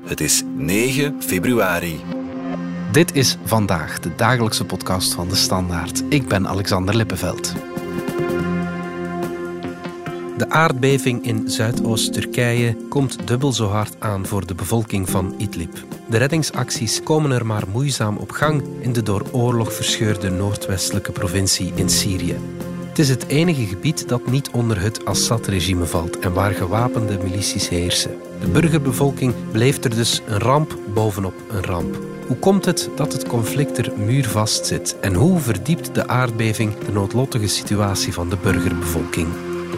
Het is 9 februari. Dit is Vandaag, de dagelijkse podcast van De Standaard. Ik ben Alexander Lippenveld. De aardbeving in Zuidoost-Turkije komt dubbel zo hard aan voor de bevolking van Idlib. De reddingsacties komen er maar moeizaam op gang in de door oorlog verscheurde noordwestelijke provincie in Syrië. Het is het enige gebied dat niet onder het Assad-regime valt en waar gewapende milities heersen. De burgerbevolking beleeft er dus een ramp bovenop een ramp. Hoe komt het dat het conflict er muurvast zit? En hoe verdiept de aardbeving de noodlottige situatie van de burgerbevolking?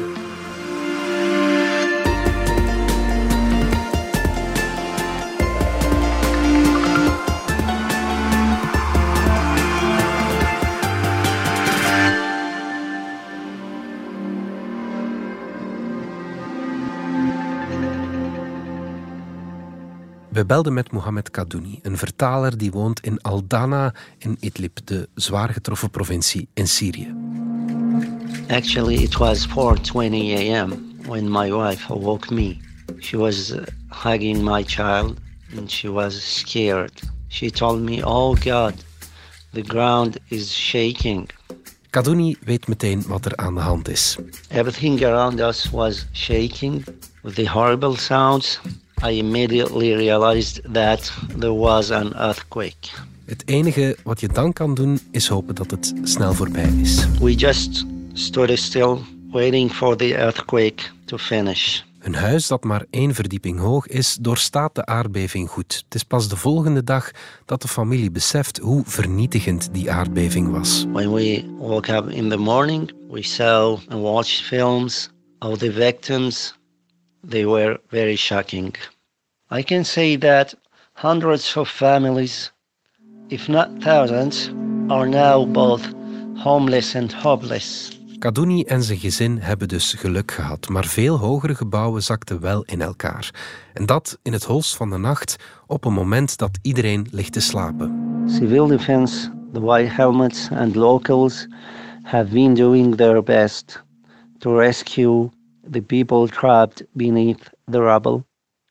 We belden met Mohamed Kadouni, een vertaler die woont in Aldana in Idlib, de zwaar getroffen provincie in Syrië. Actually, it was 4:20 a.m. when my wife awoke me. She was hugging my child and she was scared. She told me, "Oh God, the ground is shaking." Kadouni weet meteen wat er aan de hand is. Everything around us was shaking with the horrible sounds. I immediately realized that there was an earthquake. Het enige wat je dan kan doen is hopen dat het snel voorbij is. We just stood still, waiting for the earthquake to finish. Een huis dat maar 1 verdieping hoog is, doorstaat de aardbeving goed. Het is pas de volgende dag dat de familie beseft hoe vernietigend die aardbeving was. When we woke up in the morning, we saw and watched films of the victims. They were very shocking. I can say that hundreds of families, if not thousands, are now both homeless and hopeless. Kadouni en zijn gezin hebben dus geluk gehad, maar veel hogere gebouwen zakten wel in elkaar. En dat in het holst van de nacht, op een moment dat iedereen ligt te slapen. Civil defense, the white helmets and locals have been doing their best to rescue the people trapped beneath the rubble.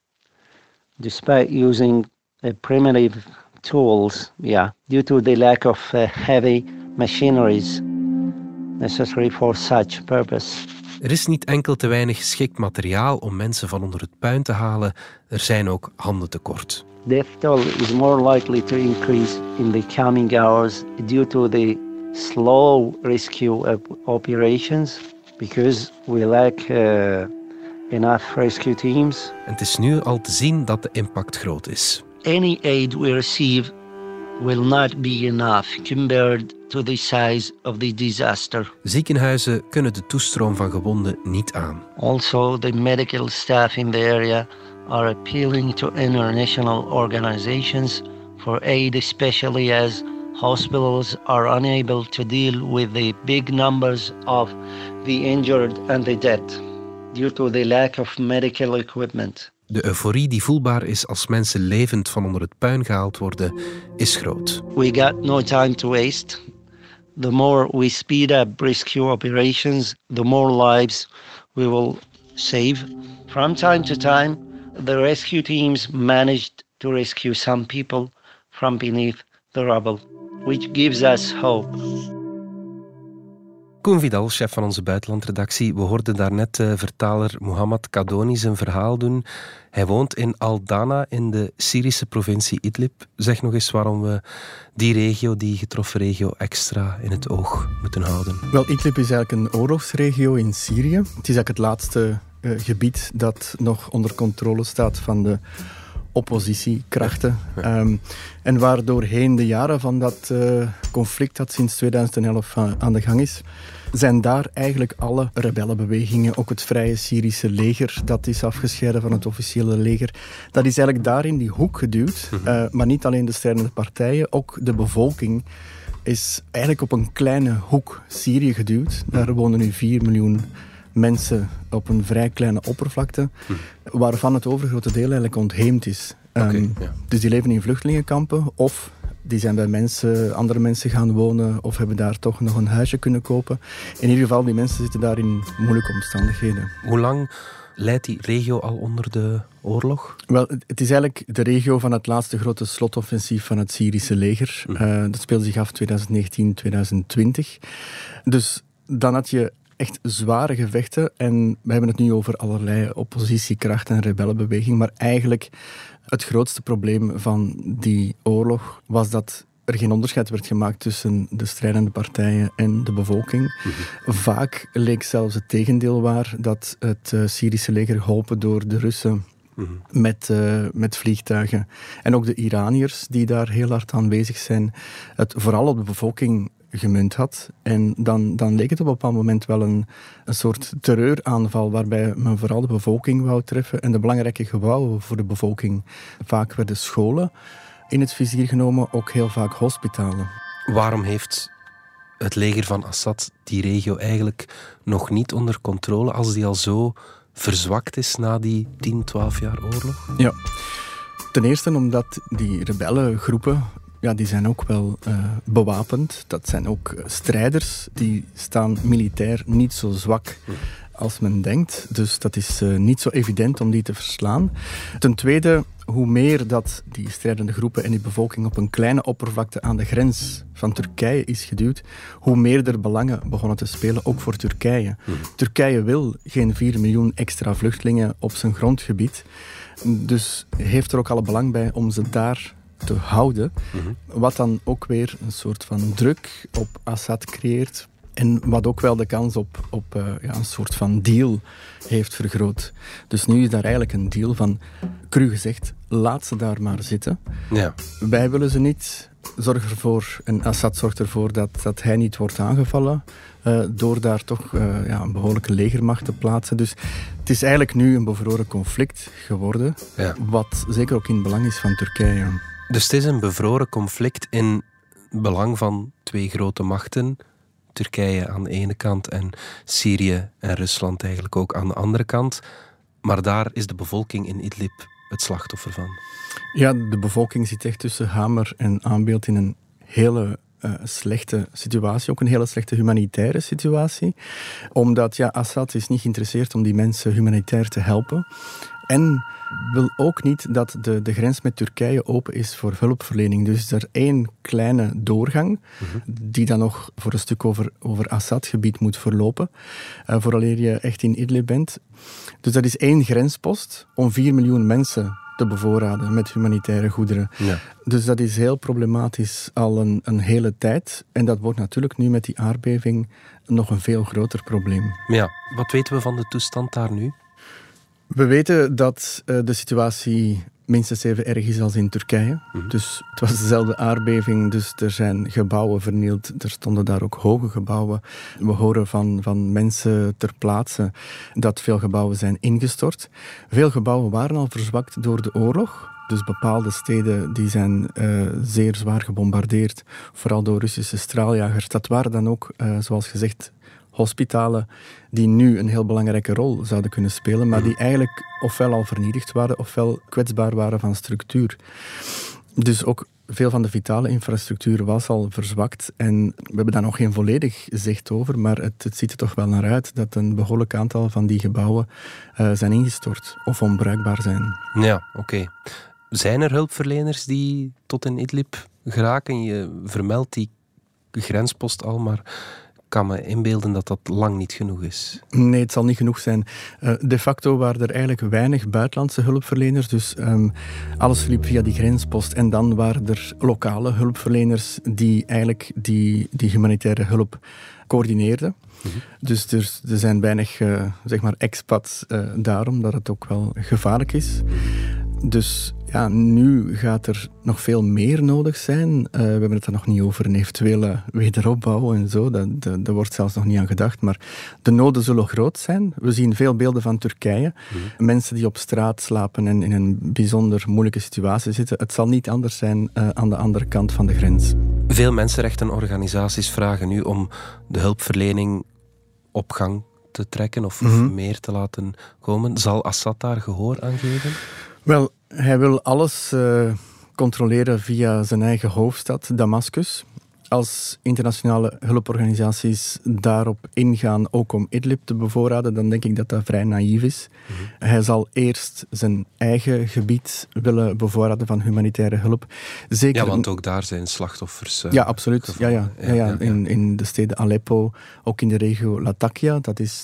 Despite using primitive tools, due to the lack of heavy machineries necessary for such purpose. Er is niet enkel te weinig geschikt materiaal om mensen van onder het puin te halen, er zijn ook handen tekort. Death toll is more likely to increase in the coming hours due to the slow rescue operations, because we lack enough rescue teams. En het is nu al te zien dat de impact groot is. Any aid we receive will not be enough compared to the size of the disaster. Ziekenhuizen kunnen de toestroom van gewonden niet aan. Also, the medical staff in the area are appealing to international organizations for aid, especially as hospitals are unable to deal with the big numbers of the injured and the dead due to the lack of medical equipment. De euforie die voelbaar is als mensen levend van onder het puin gehaald worden, is groot. We got no time to waste. The more we speed up rescue operations, the more lives we will save. From time to time, the rescue teams managed to rescue some people from beneath the rubble, which gives us hope. Koen Vidal, chef van onze buitenlandredactie. We hoorden daarnet vertaler Mohamed Kadouni zijn verhaal doen. Hij woont in Aldana in de Syrische provincie Idlib. Zeg nog eens waarom we die regio, die getroffen regio, extra in het oog moeten houden. Wel, Idlib is eigenlijk een oorlogsregio in Syrië. Het is eigenlijk het laatste gebied dat nog onder controle staat van de oppositiekrachten. En waar doorheen de jaren van dat conflict dat sinds 2011 aan de gang is, zijn daar eigenlijk alle rebellenbewegingen, ook het Vrije Syrische leger, dat is afgescheiden van het officiële leger, dat is eigenlijk daar in die hoek geduwd. Maar niet alleen de strijdende partijen, ook de bevolking is eigenlijk op een kleine hoek Syrië geduwd. Daar wonen nu 4 miljoen mensen op een vrij kleine oppervlakte, waarvan het overgrote deel eigenlijk ontheemd is. Dus die leven in vluchtelingenkampen of die zijn bij andere mensen gaan wonen of hebben daar toch nog een huisje kunnen kopen. In ieder geval, die mensen zitten daar in moeilijke omstandigheden. Hoe lang Leidt die regio al onder de oorlog? Wel, het is eigenlijk de regio van het laatste grote slotoffensief van het Syrische leger. Dat speelde zich af 2019-2020. Dus dan had je echt zware gevechten. En we hebben het nu over allerlei oppositiekrachten en rebellenbeweging. Maar eigenlijk het grootste probleem van die oorlog was dat er geen onderscheid werd gemaakt tussen de strijdende partijen en de bevolking. Vaak leek zelfs het tegendeel waar, dat het Syrische leger geholpen door de Russen met vliegtuigen en ook de Iraniërs die daar heel hard aanwezig zijn, het vooral op de bevolking gemunt had. En dan leek het op een bepaald moment wel een soort terreuraanval waarbij men vooral de bevolking wou treffen en de belangrijke gebouwen voor de bevolking. Vaak werden scholen in het vizier genomen, ook heel vaak hospitalen. Waarom heeft het leger van Assad die regio eigenlijk nog niet onder controle als die al zo verzwakt is na die 10, 12 jaar oorlog? Ja, ten eerste omdat die rebellengroepen, ja, die zijn ook wel bewapend. Dat zijn ook strijders, die staan militair niet zo zwak als men denkt. Dus dat is niet zo evident om die te verslaan. Ten tweede, hoe meer dat die strijdende groepen en die bevolking op een kleine oppervlakte aan de grens van Turkije is geduwd, hoe meer er belangen begonnen te spelen, ook voor Turkije. Turkije wil geen 4 miljoen extra vluchtelingen op zijn grondgebied. Dus heeft er ook alle belang bij om ze daar te houden. Wat dan ook weer een soort van druk op Assad creëert. En wat ook wel de kans op een soort van deal heeft vergroot. Dus nu is daar eigenlijk een deal van, cru gezegd, laat ze daar maar zitten. Ja. Wij willen ze niet. Zorg ervoor, en Assad zorgt ervoor dat hij niet wordt aangevallen door daar toch een behoorlijke legermacht te plaatsen. Dus het is eigenlijk nu een bevroren conflict geworden, wat zeker ook in het belang is van Turkije. Dus het is een bevroren conflict in belang van twee grote machten. Turkije aan de ene kant en Syrië en Rusland eigenlijk ook aan de andere kant. Maar daar is de bevolking in Idlib het slachtoffer van. Ja, de bevolking zit echt tussen hamer en aanbeeld in een hele slechte situatie. Ook een hele slechte humanitaire situatie. Omdat Assad is niet geïnteresseerd om die mensen humanitair te helpen. En wil ook niet dat de grens met Turkije open is voor hulpverlening. Dus is er één kleine doorgang die dan nog voor een stuk over Assad-gebied moet verlopen, vooraleer je echt in Idlib bent. Dus dat is één grenspost om 4 miljoen mensen te bevoorraden met humanitaire goederen. Ja. Dus dat is heel problematisch al een hele tijd. En dat wordt natuurlijk nu met die aardbeving nog een veel groter probleem. Ja, wat weten we van de toestand daar nu? We weten dat de situatie minstens even erg is als in Turkije. Dus het was dezelfde aardbeving, dus er zijn gebouwen vernield. Er stonden daar ook hoge gebouwen. We horen van mensen ter plaatse dat veel gebouwen zijn ingestort. Veel gebouwen waren al verzwakt door de oorlog. Dus bepaalde steden die zijn zeer zwaar gebombardeerd, vooral door Russische straaljagers. Dat waren dan ook, zoals gezegd, hospitalen die nu een heel belangrijke rol zouden kunnen spelen, maar die eigenlijk ofwel al vernietigd waren, ofwel kwetsbaar waren van structuur. Dus ook veel van de vitale infrastructuur was al verzwakt en we hebben daar nog geen volledig zicht over, maar het ziet er toch wel naar uit dat een behoorlijk aantal van die gebouwen zijn ingestort of onbruikbaar zijn. Ja, oké. Zijn er hulpverleners die tot in Idlib geraken? Je vermeldt die grenspost al, maar ik kan me inbeelden dat dat lang niet genoeg is. Nee, het zal niet genoeg zijn. De facto waren er eigenlijk weinig buitenlandse hulpverleners. Dus alles liep via die grenspost. En dan waren er lokale hulpverleners die eigenlijk die humanitaire hulp coördineerden. Dus er zijn weinig expats daarom, dat het ook wel gevaarlijk is. Dus nu gaat er nog veel meer nodig zijn. We hebben het er nog niet over een eventuele wederopbouw en zo. Daar wordt zelfs nog niet aan gedacht. Maar de noden zullen groot zijn. We zien veel beelden van Turkije. Mensen die op straat slapen en in een bijzonder moeilijke situatie zitten. Het zal niet anders zijn aan de andere kant van de grens. Veel mensenrechtenorganisaties vragen nu om de hulpverlening op gang te trekken of meer te laten komen. Zal Assad daar gehoor aan geven? Wel, hij wil alles controleren via zijn eigen hoofdstad, Damascus. als internationale hulporganisaties daarop ingaan, ook om Idlib te bevoorraden, dan denk ik dat dat vrij naïef is. Hij zal eerst zijn eigen gebied willen bevoorraden van humanitaire hulp. Zeker, ja, want ook daar zijn slachtoffers. Ja, absoluut. Ja. In de steden Aleppo, ook in de regio Latakia, dat is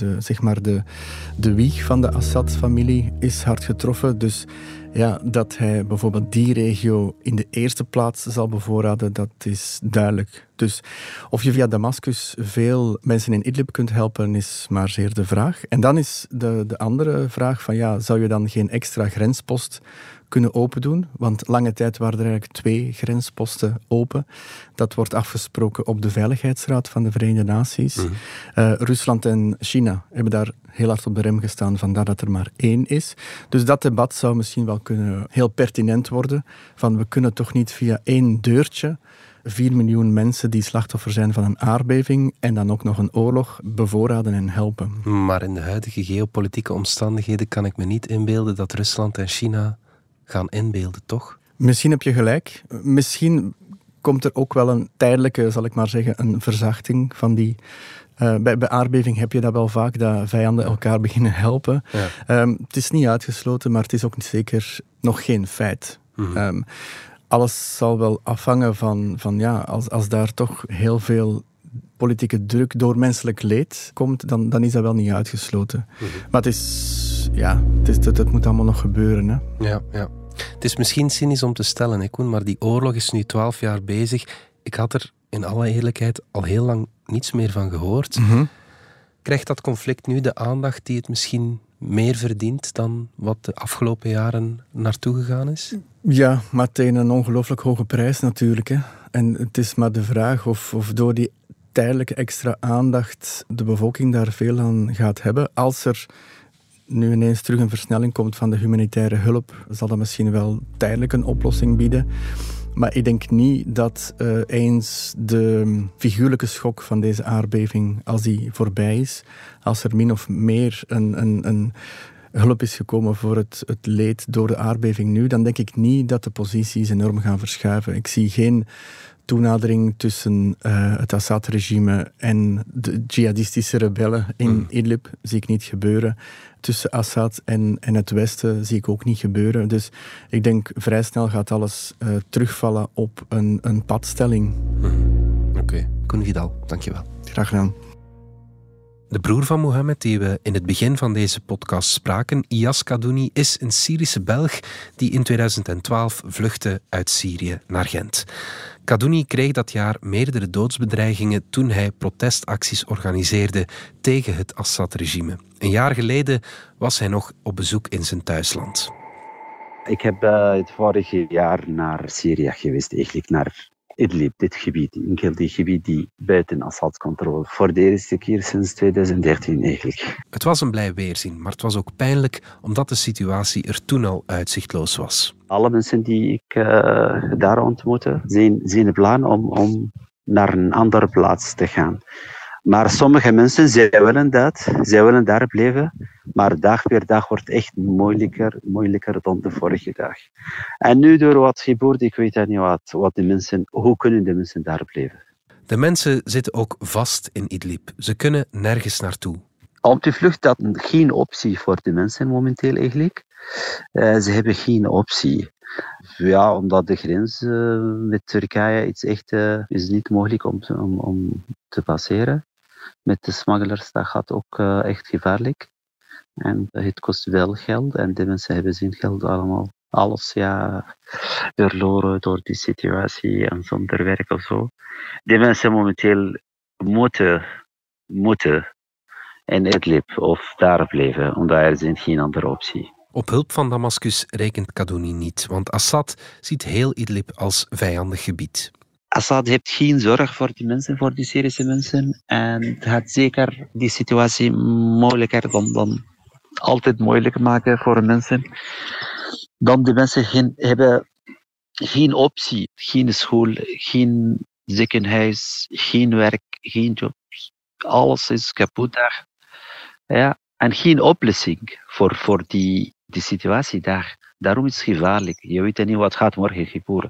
de wieg van de Assad-familie, is hard getroffen. Dus ja, dat hij bijvoorbeeld die regio in de eerste plaats zal bevoorraden, dat is duidelijk. Dus of je via Damascus veel mensen in Idlib kunt helpen, is maar zeer de vraag. En dan is de andere vraag van, ja, zou je dan geen extra grenspost kunnen open doen? Want lange tijd waren er eigenlijk 2 grensposten open. Dat wordt afgesproken op de Veiligheidsraad van de Verenigde Naties. Rusland en China hebben daar heel hard op de rem gestaan, vandaar dat er maar 1 is. Dus dat debat zou misschien wel kunnen heel pertinent worden. Van, we kunnen toch niet via 1 deurtje 4 miljoen mensen die slachtoffer zijn van een aardbeving en dan ook nog een oorlog bevoorraden en helpen. Maar in de huidige geopolitieke omstandigheden kan ik me niet inbeelden dat Rusland en China gaan inbeelden, toch? Misschien heb je gelijk. Misschien komt er ook wel een tijdelijke, zal ik maar zeggen, een verzachting van die. Bij aardbeving heb je dat wel vaak, dat vijanden elkaar beginnen helpen. Ja. Het is niet uitgesloten, maar het is ook zeker nog geen feit. Alles zal wel afhangen van als daar toch heel veel politieke druk door menselijk leed komt, dan is dat wel niet uitgesloten. Maar het moet allemaal nog gebeuren. Hè? Ja. Het is misschien cynisch om te stellen, hè, Koen, maar die oorlog is nu 12 jaar bezig. Ik had er in alle eerlijkheid al heel lang niets meer van gehoord. Krijgt dat conflict nu de aandacht die het misschien meer verdient dan wat de afgelopen jaren naartoe gegaan is? Ja, maar tegen een ongelooflijk hoge prijs natuurlijk. Hè. En het is maar de vraag of door die tijdelijke extra aandacht de bevolking daar veel aan gaat hebben. Als er nu ineens terug een versnelling komt van de humanitaire hulp, zal dat misschien wel tijdelijk een oplossing bieden. Maar ik denk niet dat eens de figuurlijke schok van deze aardbeving, als die voorbij is, als er min of meer een hulp is gekomen voor het leed door de aardbeving nu, dan denk ik niet dat de posities enorm gaan verschuiven. Ik zie geen toenadering tussen het Assad-regime en de jihadistische rebellen in Idlib, zie ik niet gebeuren. Tussen Assad en het Westen zie ik ook niet gebeuren. Dus ik denk vrij snel gaat alles terugvallen op een padstelling. Oké. Koen Vidal, dankjewel. Graag gedaan. De broer van Mohammed, die we in het begin van deze podcast spraken, Iyas Kaddouni, is een Syrische Belg die in 2012 vluchtte uit Syrië naar Gent. Kaddouni kreeg dat jaar meerdere doodsbedreigingen toen hij protestacties organiseerde tegen het Assad-regime. Een jaar geleden was hij nog op bezoek in zijn thuisland. Ik heb het vorige jaar naar Syrië geweest, eigenlijk naar Idlib, dit gebied, enkel die gebied die buiten Assads controle. Voor de eerste keer sinds 2013 eigenlijk. Het was een blij weerzien, maar het was ook pijnlijk omdat de situatie er toen al uitzichtloos was. Alle mensen die ik daar ontmoette, zijn plan om naar een andere plaats te gaan. Maar sommige mensen, zij willen daar blijven, maar dag per dag wordt het echt moeilijker dan de vorige dag. En nu door wat gebeurt, ik weet niet wat de mensen, hoe kunnen de mensen daar blijven? De mensen zitten ook vast in Idlib. Ze kunnen nergens naartoe. Om te vluchten, dat is geen optie voor de mensen momenteel eigenlijk. Ze hebben geen optie. Ja, omdat de grens met Turkije is niet mogelijk om te passeren. Met de smugglers, dat gaat ook echt gevaarlijk. En het kost wel geld en de mensen hebben zijn geld allemaal. Alles verloren door die situatie en zonder werk of zo. De mensen momenteel moeten in Idlib of daar blijven, omdat er zijn geen andere optie. Op hulp van Damascus rekent Kaddouni niet, want Assad ziet heel Idlib als vijandig gebied. Assad heeft geen zorg voor die mensen, voor die Syrische mensen. En het gaat zeker die situatie moeilijker dan altijd moeilijk maken voor mensen. Dan de mensen hebben geen optie, geen school, geen ziekenhuis, geen werk, geen jobs. Alles is kapot daar. Ja, en geen oplossing voor die situatie daar. Daarom is het gevaarlijk. Je weet niet wat gaat morgen gebeuren.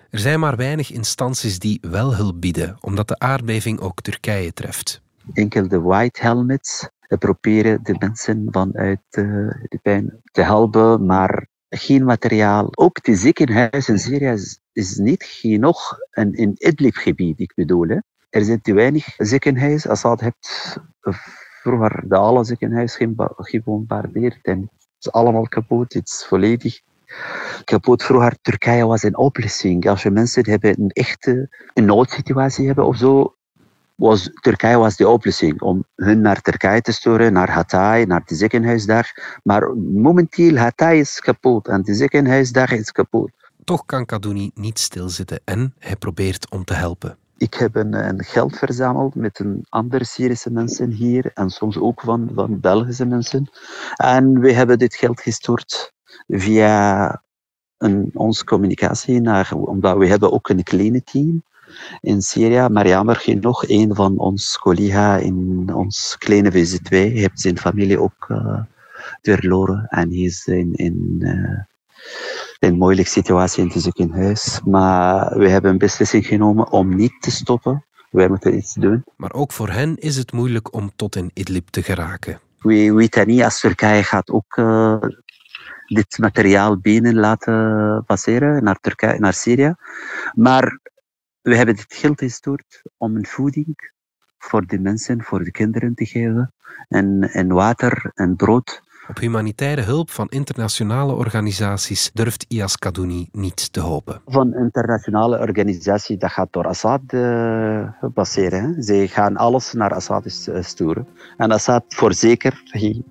Er zijn maar weinig instanties die wel hulp bieden, omdat de aardbeving ook Turkije treft. Enkel de white helmets proberen de mensen vanuit de pijn te helpen, maar geen materiaal. Ook de ziekenhuis in Syrië is niet genoeg in Idlib-gebied, ik bedoel. Hè. Er zijn te weinig ziekenhuizen. Assad heeft vroeger de alle ziekenhuizen gebombardeerd en het is allemaal kapot. Het is volledig kapot. Vroeger Turkije was een oplossing. Als je mensen hebben een echte noodsituatie hebben of zo, Turkije was de oplossing om hun naar Turkije te sturen, naar Hatay, naar het ziekenhuis daar. Maar momenteel Hatay is kapot en het ziekenhuis daar is kapot. Toch kan Kaddouni niet stilzitten en hij probeert om te helpen. Ik heb een geld verzameld met een andere Syrische mensen hier en soms ook van Belgische mensen. En we hebben dit geld gestuurd via onze communicatie, omdat we hebben ook een kleine team in Syrië. Maar jammer genoeg, een van onze collega's in ons kleine VZ2 heeft zijn familie ook verloren. En hij is in een moeilijke situatie in het ziekenhuis. Maar we hebben een beslissing genomen om niet te stoppen. Wij moeten iets doen. Maar ook voor hen is het moeilijk om tot in Idlib te geraken. We weten niet als Turkije gaat ook dit materiaal binnen laten passeren naar Syrië. Maar we hebben dit geld gestuurd om een voeding voor de mensen, voor de kinderen te geven. En water en brood. Op humanitaire hulp van internationale organisaties durft Iyas Kaddouni niet te hopen. Van internationale organisatie, dat gaat door Assad passeren. Hè. Ze gaan alles naar Assad sturen. En Assad voorzeker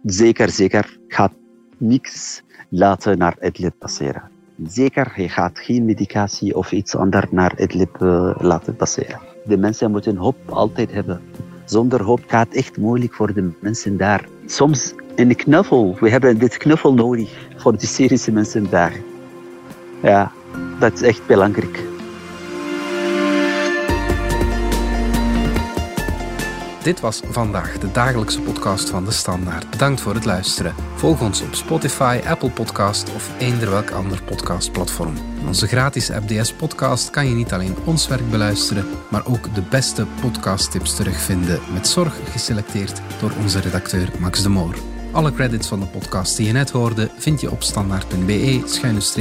gaat niks laten naar Idlib passeren. Zeker, hij gaat geen medicatie of iets anders naar Idlib laten passeren. De mensen moeten hoop altijd hebben. Zonder hoop gaat het echt moeilijk voor de mensen daar. Soms een knuffel. We hebben dit knuffel nodig voor de Syrische mensen daar. Ja, dat is echt belangrijk. Dit was Vandaag, de dagelijkse podcast van De Standaard. Bedankt voor het luisteren. Volg ons op Spotify, Apple Podcast of eender welk ander podcastplatform. In onze gratis app DS Podcast kan je niet alleen ons werk beluisteren, maar ook de beste podcasttips terugvinden, met zorg geselecteerd door onze redacteur Max de Moor. Alle credits van de podcast die je net hoorde vind je op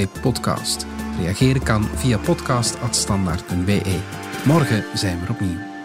standaard.be/podcast. Reageren kan via podcast@standaard.be. Morgen zijn we er opnieuw.